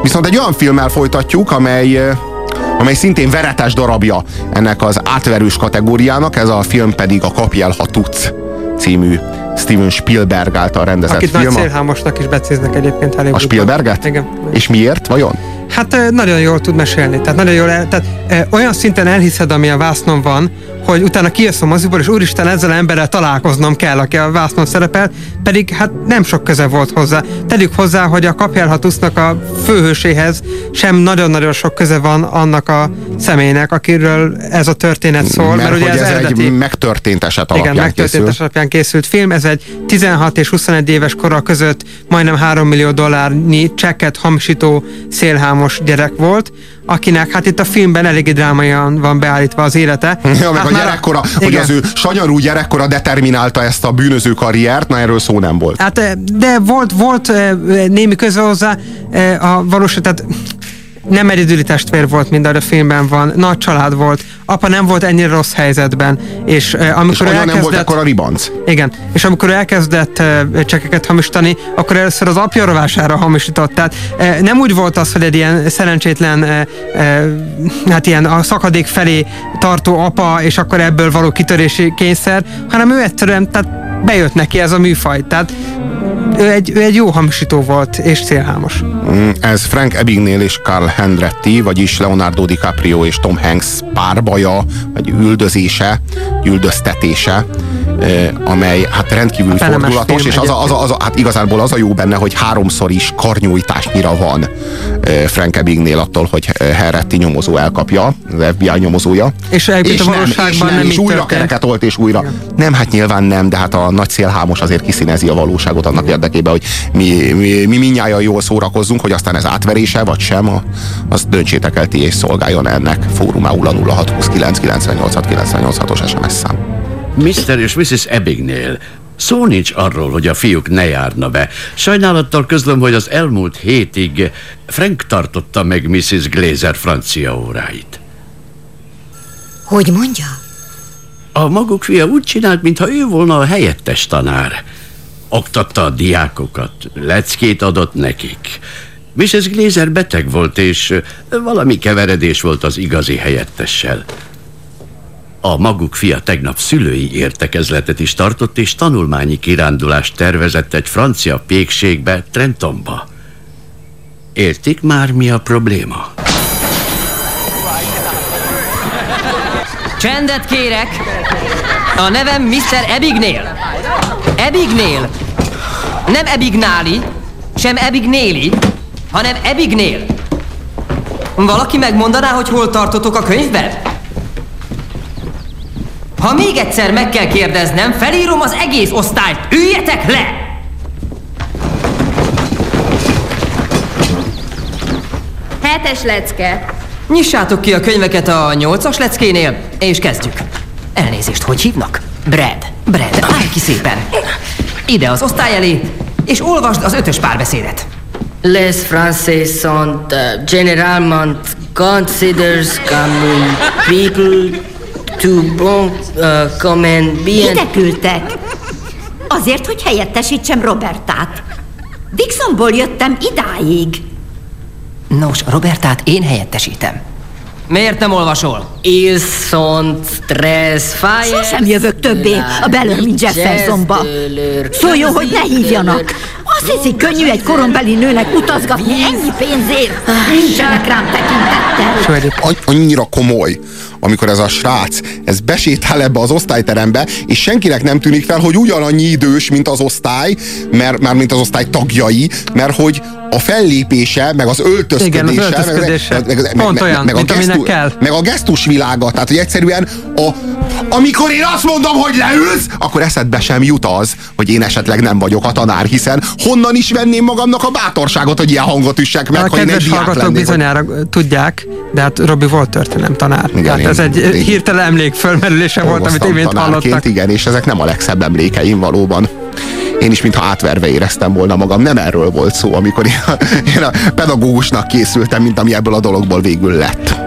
Viszont egy olyan filmmel folytatjuk, amely szintén veretes darabja ennek az átverős kategóriának, ez a film pedig a Kapj el, ha tudsz című Steven Spielberg által rendezett akit film. Akit nagy szélhámosnak is becéznek egyébként Hollywoodban. A Spielberget? Igen. És miért, vajon? Hát nagyon jól tud mesélni, tehát nagyon jól, tehát olyan szinten elhiszed, ami a vásznon van, hogy utána kijössz a moziból, és úristen, ezzel az emberrel találkoznom kell, aki a vásznon szerepel, pedig hát nem sok köze volt hozzá. Tegyük hozzá, hogy a Kapj el, ha tudsznak a főhőséhez sem nagyon-nagyon sok köze van annak a személynek, akiről ez a történet szól. Mert ugye ez egy megtörtént eset alapján igen, megtörtént eset alapján készült film. Ez egy 16 és 21 éves kora között majdnem $3 millió csekket hamisító szélhámos gyerek volt, akinek hát itt a filmben eléggé drámaian van beállítva az élete. Ja, meg hát a gyerekkora, hogy az ő sanyarú gyerekkora determinálta ezt a bűnöző karriert, na erről szó nem volt. Hát, de volt némi köze hozzá a valóság, tehát nem egyedüli testvér volt, mint ahogy a filmben van, nagy család volt, apa nem volt ennyire rossz helyzetben, és amikor és nem volt ekkora ribanc. Igen, és amikor elkezdett csekeket hamisítani, akkor először az apja rovására hamisított, tehát nem úgy volt az, hogy egy ilyen szerencsétlen, hát ilyen a szakadék felé tartó apa, és akkor ebből való kitörési kényszer, hanem ő egyszerűen, tehát bejött neki ez a műfaj, tehát ő egy jó hamisító volt, és célhámos. Ez Frank Abagnale és Carl Hendretti, vagyis Leonardo DiCaprio és Tom Hanks párbaja, vagy üldöztetése, amely hát rendkívül fordulatos, és hát igazából az a jó benne, hogy 3-szor is karnyújtásnyira van Frank Abagnale attól, hogy Hendretti nyomozó elkapja, az FBI nyomozója. És a valóságban nem és újra kereket olt, és újra. Igen. Nem, hát nyilván nem, de hát a nagy szélhámos azért kiszínezi a valóságot annak érdekében, hogy mi mindnyájan jól szórakozzunk, hogy aztán ez átverése, vagy sem, azt döntsétek el ti, és szolgáljon ennek fórumául a 0629986986-os SMS szám. Mr. és Mrs. Abagnale, szó nincs arról, hogy a fiúk ne járna be. Sajnálattal közlöm, hogy az elmúlt hétig Frank tartotta meg Mrs. Glazer francia óráit. Hogy mondja? A maguk fia úgy csinált, mintha ő volna a helyettes tanár. Oktatta a diákokat, leckét adott nekik. Mrs. Glazer beteg volt, és valami keveredés volt az igazi helyettessel. A maguk fia tegnap szülői értekezletet is tartott, és tanulmányi kirándulást tervezett egy francia pékségbe, Trentonba. Értik már, mi a probléma? Csendet kérek! A nevem Mr. Abagnale. Abagnale. Nem Abignáli, sem Abignéli, hanem Abagnale. Valaki megmondaná, hogy hol tartotok a könyvben? Ha még egyszer meg kell kérdeznem, felírom az egész osztályt. Üljetek le! Hetes lecke. Nyissátok ki a könyveket a 8-as leckénél, és kezdjük. Elnézést, hogy hívnak? Brad, állj ki szépen. Ide az osztály elé, és olvasd az 5-ös párbeszédet. Les Français sont généralement considers comme people to bon comme bien. Ide küldtek. Azért, hogy helyettesítsem Robertát. Dixonból jöttem idáig. Nos, Robertát én helyettesítem. Miért nem olvasol? Ils sont très fires. Sosem jövök többé a Bellamy Jeffersonba. Szóljon, hogy ne hívjanak. Azt hiszi, könnyű egy korombeli nőnek utazgatni ennyi pénzért. Nincsenek rám tekintettel. Annyira komoly, amikor ez a srác, ez besétál ebbe az osztályterembe, és senkinek nem tűnik fel, hogy ugyanannyi idős, mint az osztály, mint az osztály tagjai, mert hogy a fellépése, meg az öltözködése, igen, az öltözködése. Meg a gesztusvilága, tehát hogy egyszerűen amikor én azt mondom, hogy leülsz, akkor eszedbe sem jut az, hogy én esetleg nem vagyok a tanár, hiszen honnan is venném magamnak a bátorságot, hogy ilyen hangot üssek meg, ha én egy diák lennék. Bizonyára tudják, de hát Robi volt történelem tanár. Igen, hát ez egy hirtelen emlék fölmerülése volt, amit imént hallottak. Igen, és ezek nem a legszebb emlékeim valóban. Én is mintha átverve éreztem volna magam. Nem erről volt szó, amikor én a pedagógusnak készültem, mint ami ebből a dologból végül lett.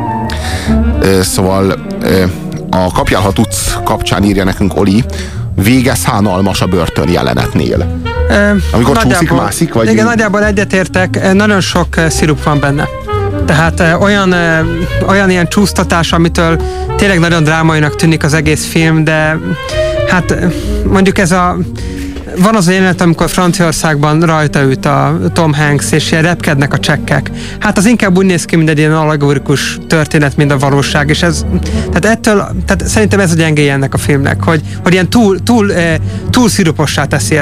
Szóval a Kapj el, ha tudsz kapcsán írja nekünk Oli, vége szánalmas a börtön jelenetnél. Amikor csúszik, mászik? Vagy igen, nagyjából egyetértek, nagyon sok szirup van benne. Tehát olyan ilyen csúsztatás, amitől tényleg nagyon drámainak tűnik az egész film, de hát mondjuk van az a jelenet, amikor Franciaországban rajta üt a Tom Hanks, és ilyen repkednek a csekkek. Hát az inkább úgy néz ki, mint egy ilyen allegorikus történet, mint a valóság, és tehát szerintem ez a gyengéje ennek a filmnek, hogy ilyen túl szirupossá teszi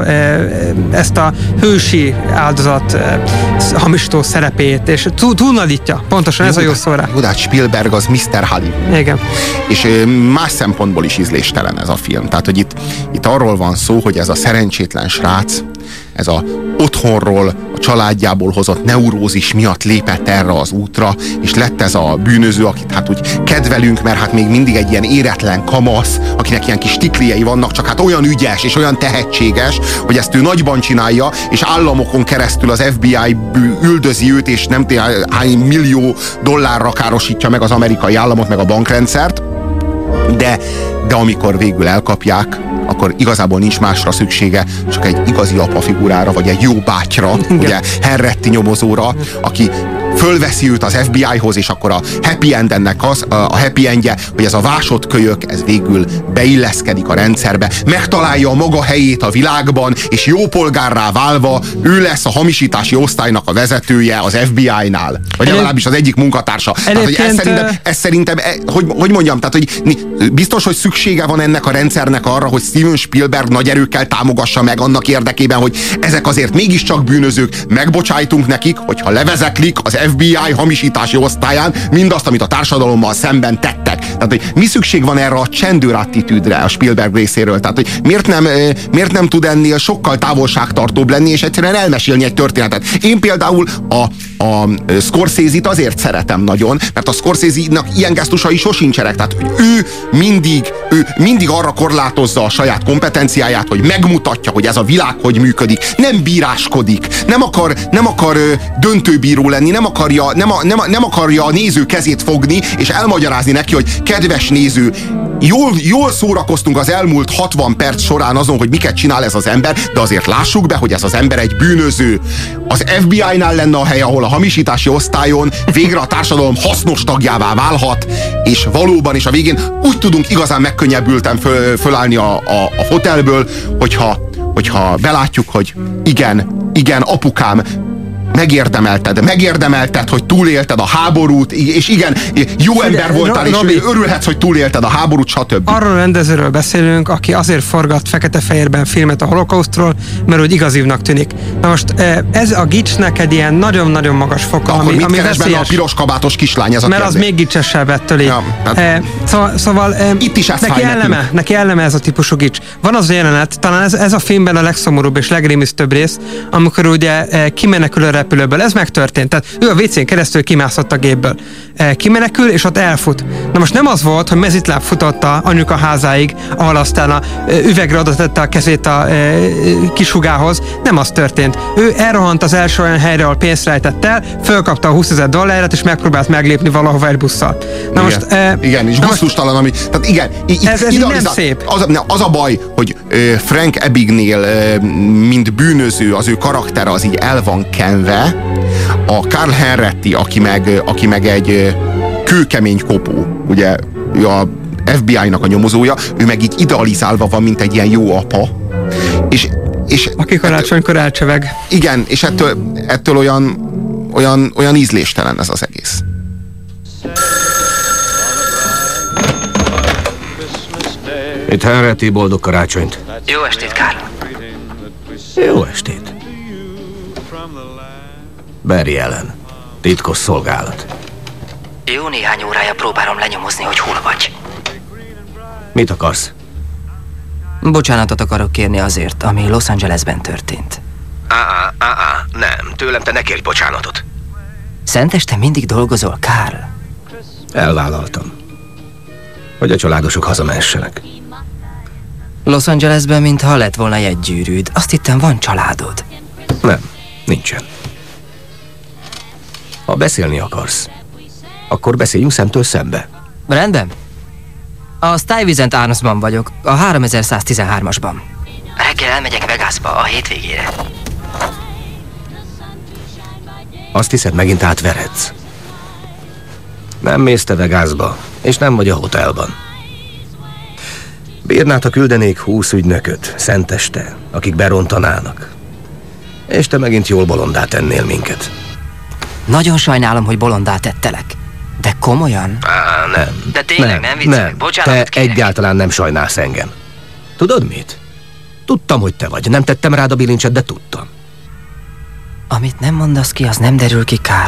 ezt a hősi áldozat hamisító szerepét, és túl nagyítja. Pontosan ez a jó szó rá. Judát Spielberg az Mr. Hollywood. Igen. És más szempontból is ízléstelen ez a film. Tehát, hogy itt arról van szó, hogy ez a szerencsétlen srác, ez a otthonról, a családjából hozott neurózis miatt lépett erre az útra, és lett ez a bűnöző, akit hát úgy kedvelünk, mert hát még mindig egy ilyen éretlen kamasz, akinek ilyen kis tikliei vannak, csak hát olyan ügyes és olyan tehetséges, hogy ezt ő nagyban csinálja, és államokon keresztül az FBI üldözi őt, és nem hány millió dollárra károsítja meg az amerikai államot, meg a bankrendszert, de amikor végül elkapják, akkor igazából nincs másra szüksége, csak egy igazi apa figurára, vagy egy jó bátyra, ugye Henretti nyomozóra, aki fölveszi őt az FBI-hoz, és akkor a happy end ennek a happy endje, hogy ez a vásott kölyök, ez végül beilleszkedik a rendszerbe, megtalálja a maga helyét a világban, és jó polgárrá válva ő lesz a hamisítási osztálynak a vezetője az FBI-nál. Vagy legalábbis az egyik munkatársa. Tehát, hogy ez szerintem, hogy mondjam, tehát, hogy biztos, hogy szüksége van ennek a rendszernek arra, hogy Steven Spielberg nagy erőkkel támogassa meg annak érdekében, hogy ezek azért mégiscsak bűnözők, megbocsájtunk nekik, hogyha levezeklik az FBI hamisítási osztályán mindazt, amit a társadalommal szemben tettek. Tehát, hogy mi szükség van erre a csendőr attitűdre a Spielberg részéről? Tehát, hogy miért nem tud ennél sokkal távolságtartóbb lenni, és egyszerűen elmesélni egy történetet? Én például a Scorsese-t azért szeretem nagyon, mert a Scorsese-nak ilyen gesztusai sosincsenek. Tehát, hogy ő mindig arra korlátozza a saját kompetenciáját, hogy megmutatja, hogy ez a világ hogy működik. Nem bíráskodik, nem akar döntőbíró lenni, nem akarja a néző kezét fogni, és elmagyarázni neki, hogy kedves néző, jól szórakoztunk az elmúlt 60 perc során azon, hogy miket csinál ez az ember, de azért lássuk be, hogy ez az ember egy bűnöző. Az FBI-nál lenne a hely, ahol a hamisítási osztályon végre a társadalom hasznos tagjává válhat, és valóban, és a végén úgy tudunk igazán megkönnyebbülten fölállni a fotelből, hogyha belátjuk, hogy igen, apukám, megérdemelted, hogy túlélted a háborút, és igen, jó ember voltál, és örülhetsz, hogy túlélted a háborút, stb. Arról a rendezőről beszélünk, aki azért forgat fekete-fehérben filmet a holokausztról, mert úgy igazívnak tűnik. Na most ez a gicsnek egy ilyen nagyon-nagyon magas foka, ami keres benne a piros kabátos kislány, ez a mert kérdés. Az még gicsesebb ettől így. Ja, szóval itt is neki elleme ez a típusú gics. Van az jelenet, talán ez a filmben a legszomorúbb és legrémisztőbb rész, amikor ugye kimenekül a repülőből. Ez megtörtént. Tehát ő a WC-n keresztül kimászott a gépből. Kimenekül, és ott elfut. Na most nem az volt, hogy mezitláb futott a anyuka házáig, ahol aztán a üvegre oda tette a kezét a kishugához. Nem az történt. Ő elrohant az első olyan helyre, ahol pénzt rejtett el, fölkapta a $20,000 és megpróbált meglépni valahova egy busszal. Na most, igen, és gusztustalan, ami... Tehát igen, ez nem szép. Az a baj, hogy Frank Ebbingnél, mint bűnöző, az ő karaktere az így el van kenve. A Carl Henretti, aki meg egy kőkemény kopó, ugye ő a FBI-nak a nyomozója, ő meg így idealizálva van, mint egy ilyen jó apa. És aki karácsonykor elcseveg. Igen, és ettől olyan ízléstelen ez az egész. Itt Henretti, boldog karácsonyt. Jó estét, Carl. Jó estét. Barry Allen, titkos szolgálat. Jó néhány órája próbálom lenyomozni, hogy hol vagy. Mit akarsz? Bocsánatot akarok kérni azért, ami Los Angelesben történt. Nem, tőlem te ne kérj bocsánatot. Szenteste mindig dolgozol, Carl? Elvállaltam, hogy a családosok hazamehessenek. Los Angelesben, mintha lett volna jegygyűrűd. Azt hittem, van családod. Nem, nincsen. Ha beszélni akarsz, akkor beszéljünk szemtől szembe. Rendben. A Stuyvesant Armsban vagyok, a 3113-asban. Reggel elmegyek Vegasba a hétvégére. Azt hiszed, megint átveredsz? Nem mész te Vegasba, és nem vagy a hotelban. Bírnád, ha küldenék 20 ügynököt, szenteste, akik berontanának. És te megint jól bolondá tennél minket. Nagyon sajnálom, hogy bolondá tettelek. De komolyan? Nem. De tényleg nem viccelek, bocsánatot te egyáltalán nem sajnálsz engem. Tudod mit? Tudtam, hogy te vagy. Nem tettem rád a bilincset, de tudtam. Amit nem mondasz ki, az nem derül ki, Karl.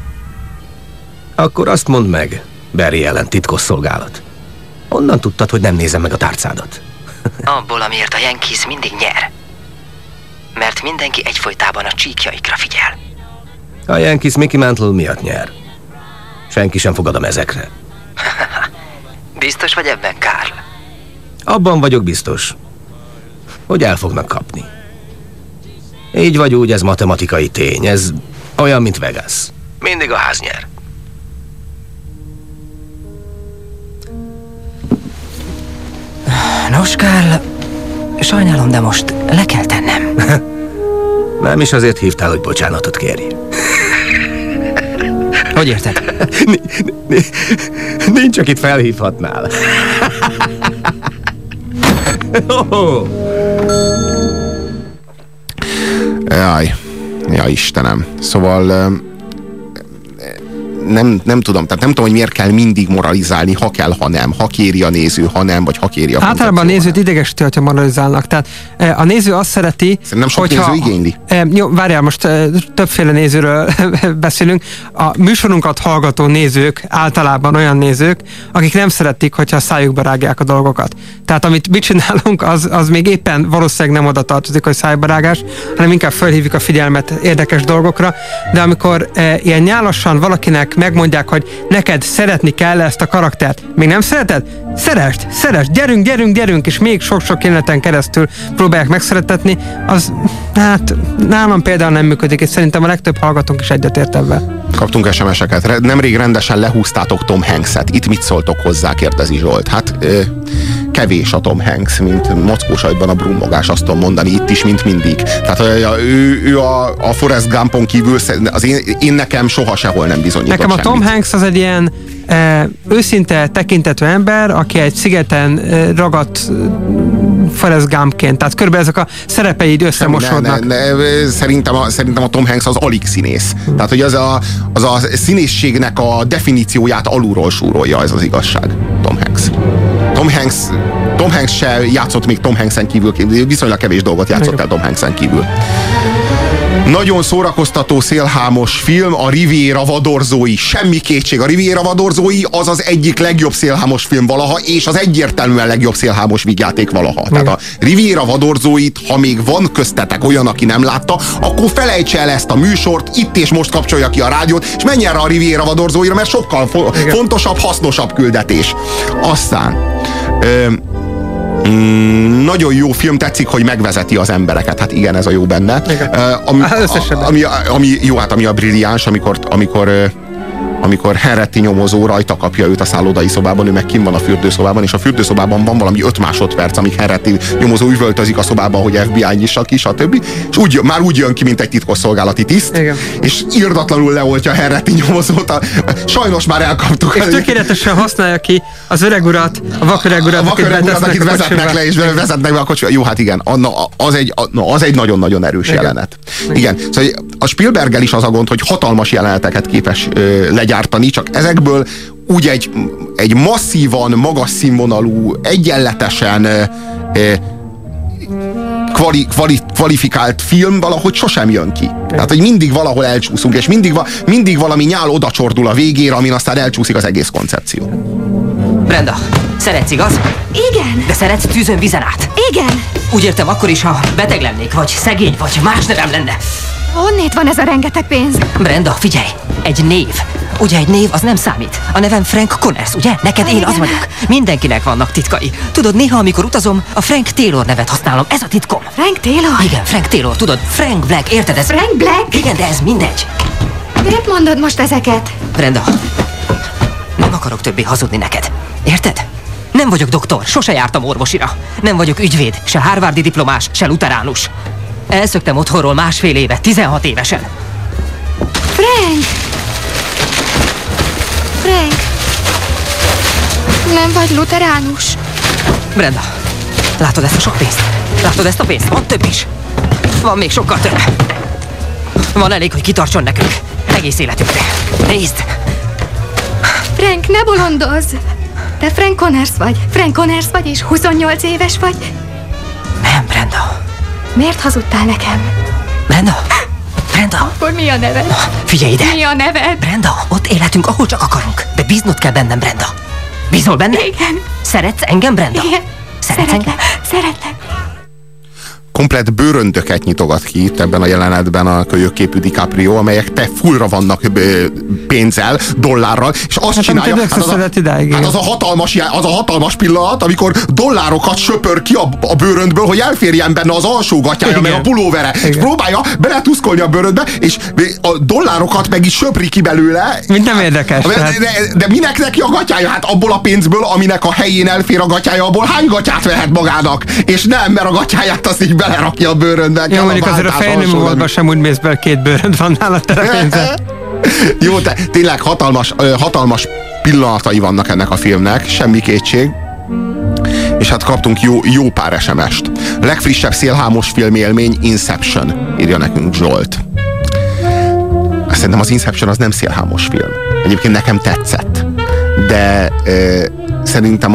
Akkor azt mondd meg, Barry ellen titkosszolgálat. Honnan tudtad, hogy nem nézem meg a tárcádat? Abból, amiért a Yankees mindig nyer. Mert mindenki egyfolytában a csíkjaikra figyel. A Yankees Mickey Mantle miatt nyer. Senki sem fogad a mezekre. Biztos vagy ebben, Karl? Abban vagyok biztos, hogy el fognak kapni. Így vagy úgy, ez matematikai tény. Ez olyan, mint Vegas. Mindig a ház nyer. Nos, Karl, sajnálom, de most le kell tennem. Nem is azért hívtál, hogy bocsánatot kérj. Hogy érted? Nincs, akit felhívhatnál. Jaj, ja Istenem. Szóval nem tudom, tehát nem tudom, hogy miért kell mindig moralizálni, ha kell, ha nem, ha kéri a néző, ha nem, vagy ha kéri a általában a nézőt idegesíti, hogyha moralizálnak. Tehát a néző azt szereti, szerintem sok néző igényli. Jó, várjál, most többféle nézőről beszélünk. A műsorunkat hallgató nézők általában olyan nézők, akik nem szeretik, hogyha a szájukba rágják a dolgokat. Tehát amit mi csinálunk, az még éppen valószínűleg nem oda tartozik, hogy szájba rágás, hanem inkább felhívjuk a figyelmet érdekes dolgokra, de amikor ilyen nyálasan valakinek megmondják, hogy neked szeretni kell ezt a karaktert. Még nem szereted? Szeresd, gyerünk, és még sok-sok jeleneten keresztül próbálják megszeretetni, az, hát nálam például nem működik, és szerintem a legtöbb hallgatónk is egyetért ebben. Kaptunk SMS-eket. Nemrég rendesen lehúztátok Tom Hanks-et. Itt mit szóltok hozzá, kérdezi Zsolt. Hát kevés a Tom Hanks, mint Mockósajban a brummogás, azt tudom mondani, itt is, mint mindig. Tehát ő a Forrest Gumpon kívül az én nekem soha sehol nem bizonyított nekem a semmit. Tom Hanks az egy ilyen őszinte tekintetű ember, aki egy szigeten ragadt Forrest Gumpként. Tehát körülbelül ezek a szerepeid összemosódnak. Szerintem a Tom Hanks az alig színész. Tehát, hogy az a színészségnek a definícióját alulról súrolja, ez az igazság. Tom Hanks se játszott még Tom Hanksen kívül, viszonylag kevés dolgot játszott el Tom Hanksen kívül. Nagyon szórakoztató, szélhámos film, a Riviera vadorzói. Semmi kétség, a Riviera vadorzói az egyik legjobb szélhámos film valaha, és az egyértelműen legjobb szélhámos vígjáték valaha. Tehát a Riviera vadorzóit, ha még van köztetek olyan, aki nem látta, akkor felejtse el ezt a műsort, itt és most kapcsolja ki a rádiót, és menj erre a Riviera vadorzóira, mert sokkal fontosabb, hasznosabb küldetés. Aztán nagyon jó film, tetszik, hogy megvezeti az embereket. Hát igen, ez a jó benne. Ami a brilliáns, amikor Henretti nyomozó rajta kapja őt a szállodai szobában, ő meg kint van a fürdőszobában, és a fürdőszobában van valami 5 másodperc, amíg Henretti nyomozó üvöltözik a szobában, hogy FBI nyissa ki, stb. És már úgy jön ki, mint egy titkosszolgálati tiszt, igen. És irdatlanul leoltja Henretti nyomozót. Sajnos már elkaptuk. És tökéletesen használja ki az öreg urat, a vaköreg urat, akit vezetnek le, és vezetnek be a kocsiba. Jó, hát igen, az egy nagyon-nagyon erős jelenet. Igen, szóval a Spielberggel is az a gond, hogy hatalmas jeleneteket képes legyártani, csak ezekből úgy egy masszívan, magas színvonalú, egyenletesen kvalifikált film valahogy sosem jön ki. Tehát, hogy mindig valahol elcsúszunk, és mindig valami nyál oda csordul a végére, amin aztán elcsúszik az egész koncepció. Brenda, szeretsz, igaz? Igen. De szeretsz tűzön vizen át? Igen. Úgy értem akkor is, ha beteg lennék, vagy szegény, vagy más nevem lenne. Honnét van ez a rengeteg pénz? Brenda, figyelj, egy név. Ugye egy név az nem számít. A nevem Frank Connors, ugye? Neked én az vagyok. Mindenkinek vannak titkai. Tudod, néha amikor utazom, a Frank Taylor nevet használom. Ez a titkom. Frank Taylor? Igen, Frank Taylor, tudod, Frank Black, érted ez? Frank Black? Igen, de ez mindegy. Miért mondod most ezeket? Brenda, nem akarok többé hazudni neked. Érted? Nem vagyok doktor, sose jártam orvosira. Nem vagyok ügyvéd, se harvardi diplomás, se luteránus. Elszöktem otthonról 1,5 éve, 16 évesen. Frank! Frank! Nem vagy luteránus? Brenda, látod ezt a sok pénzt? Látod ezt a pénzt? Van több is. Van még sokkal több. Van elég, hogy kitartson nekünk. Egész életünkre. Nézd! Frank, ne bolondozz! Te Frank Connors vagy. Frank Connors vagy, és 28 éves vagy. Nem, Brenda. Miért hazudtál nekem? Brenda! Brenda! Akkor mi a neved? Figyelj ide! Mi a neved? Brenda, ott életünk, ahol csak akarunk. De bíznod kell bennem, Brenda. Bízol bennem? Igen. Szeretsz engem, Brenda? Igen. Szeretsz engem? Szeretlek. Komplett bőröndöket nyitogat ki itt ebben a jelenetben a kölyökképű DiCaprio, amelyek te fullra vannak pénzzel, dollárral, és azt csinálja, az a hatalmas pillanat, amikor dollárokat söpör ki a bőröndből, hogy elférjen benne az alsógatyája, meg a pulóvere, és próbálja beletuszkolni a bőröndbe, és a dollárokat meg is söpri ki belőle. Mint nem érdekes. De minek neki a gatyája? Hát abból a pénzből, aminek a helyén elfér a gatyája, abból hány gatyát vehet magának? És nem, mert a gatyáját azt így belerakja a bőröndbe. Jó, mondjuk azért a fejnőmúltban sem úgy mész be, 2 bőrönd van nálad terepénze. Jó, tényleg hatalmas pillanatai vannak ennek a filmnek, semmi kétség. És hát kaptunk jó pár SMS-t. Legfrissebb szélhámos filmélmény Inception, írja nekünk Zsolt. Szerintem az Inception az nem szélhámos film. Egyébként nekem tetszett. De szerintem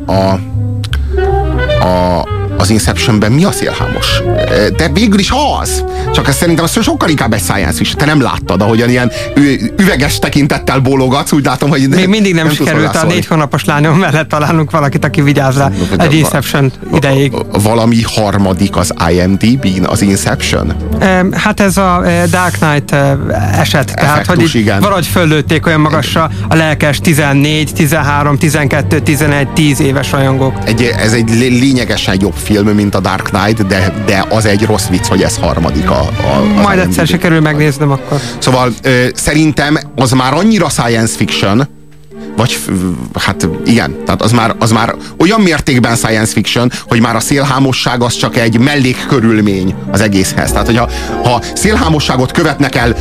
az Inceptionben mi a szélhámos? De végül is az. Csak ez szerintem az sokkal inkább egy science fiction. Te nem láttad, ahogyan ilyen üveges tekintettel bólogatsz, úgy látom, hogy még mindig nem sikerült a 4 hónapos lányom mellett találnunk valakit, aki vigyáz rá egy Inception ideig. Valami harmadik az IMDb-n az Inception? Hát ez a Dark Knight eset. Tehát, hogy igen. Valahogy föllőtték olyan magasra a lelkes 14, 13, 12, 11, 10 éves rajongók. Ez egy lényegesen jobb film, mint a Dark Knight, de az egy rossz vicc, hogy ez harmadik majd egyszer sikerül megnéznem akkor. Szóval szerintem az már annyira science fiction, vagy hát igen, tehát az már olyan mértékben science fiction, hogy már a szélhámosság az csak egy mellékkörülmény az egészhez. Tehát, hogyha szélhámosságot követnek el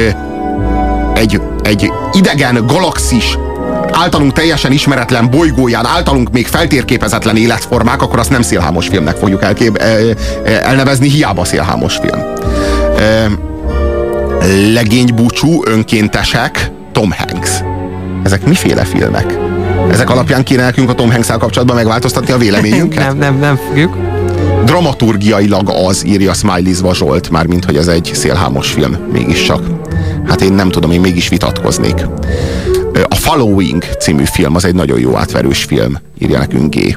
egy idegen galaxis általunk teljesen ismeretlen bolygóján, általunk még feltérképezetlen életformák, akkor azt nem szélhámos filmnek fogjuk elnevezni, hiába szélhámos film. Legénybúcsú, önkéntesek, Tom Hanks. Ezek miféle filmek? Ezek alapján kéne nekünk a Tom Hanks-el kapcsolatban megváltoztatni a véleményünket? nem fogjuk. Dramaturgiailag az, írja Smiley-zva Zsolt, mármint hogy ez egy szélhámos film, mégiscsak. Hát én nem tudom, én mégis vitatkoznék. A Following című film az egy nagyon jó átverős film, írja nekünk G.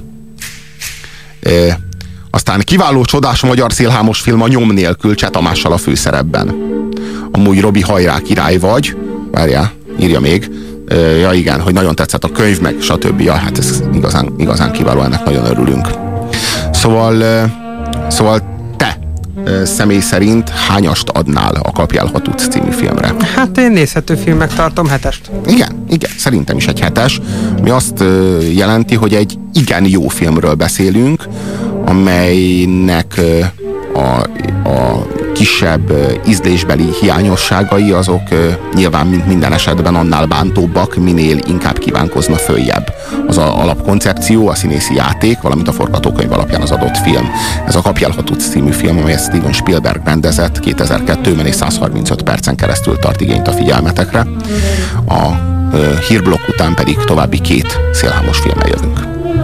Aztán kiváló, csodás magyar szélhámos film A nyom nélkül, Cseh Tamással a főszerepben. Amúgy Robi, hajrá, király vagy. Várjál, írja még. Ja igen, hogy nagyon tetszett a könyv, meg stb. Ja, hát ez igazán kiváló, ennek nagyon örülünk. Szóval te személy szerint hányast adnál a Kapjál, ha tudsz című filmre? Hát én nézhető filmnek tartom, 7-est. Igen, szerintem is egy 7-es, ami azt jelenti, hogy egy igen jó filmről beszélünk, amelynek a kisebb ízlésbeli hiányosságai azok nyilván, mint minden esetben annál bántóbbak, minél inkább kívánkozna följebb. Az alapkoncepció, a színészi játék, valamint a forgatókönyv alapján az adott film. Ez a Kapjál, ha tudsz című film, amelyet Steven Spielberg rendezett 2002-ben és 135 percen keresztül tart igényt a figyelmetekre. A hírblokk után pedig további 2 szélhámos filmmel jövünk.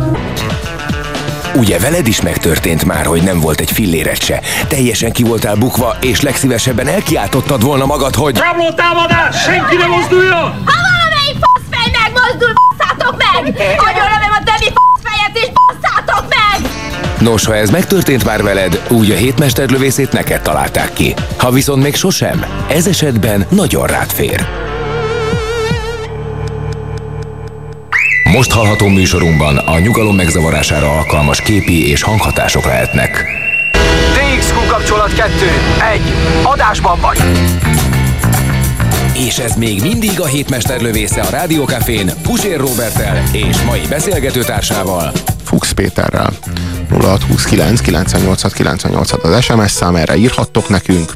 Ugye veled is megtörtént már, hogy nem volt egy filléret se. Teljesen ki voltál bukva, és legszívesebben elkiáltottad volna magad, hogy... Rablótámadás! Senki ne mozduljon! Ha valamelyik faszfej megmozdul, basszátok meg! Agyonlövöm a többi faszfejet, és basszátok meg! Nos, ha ez megtörtént már veled, úgy a hétmesterlövészét neked találták ki. Ha viszont még sosem, ez esetben nagyon rád fér. Most hallható műsorunkban a nyugalom megzavarására alkalmas képi és hanghatások lehetnek. TXQ kapcsolat 2. 1. Adásban vagy! És ez még mindig a hétmesterlövésze a Rádió Cafén Puzsér Róberttel és mai beszélgetőtársával, Fuchs Péterrel. 0629 986 986 az SMS szám, erre írhattok nekünk.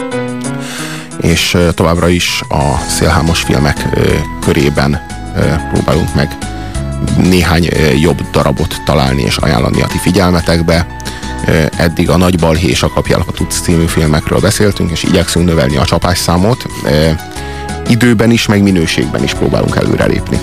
És továbbra is a szélhámos filmek körében próbálunk meg néhány jobb darabot találni és ajánlani a ti figyelmetekbe. Eddig a Nagy balhé és a Kapjál, ha tudsz című filmekről beszéltünk, és igyekszünk növelni a csapásszámot. Időben is, meg minőségben is próbálunk előrelépni.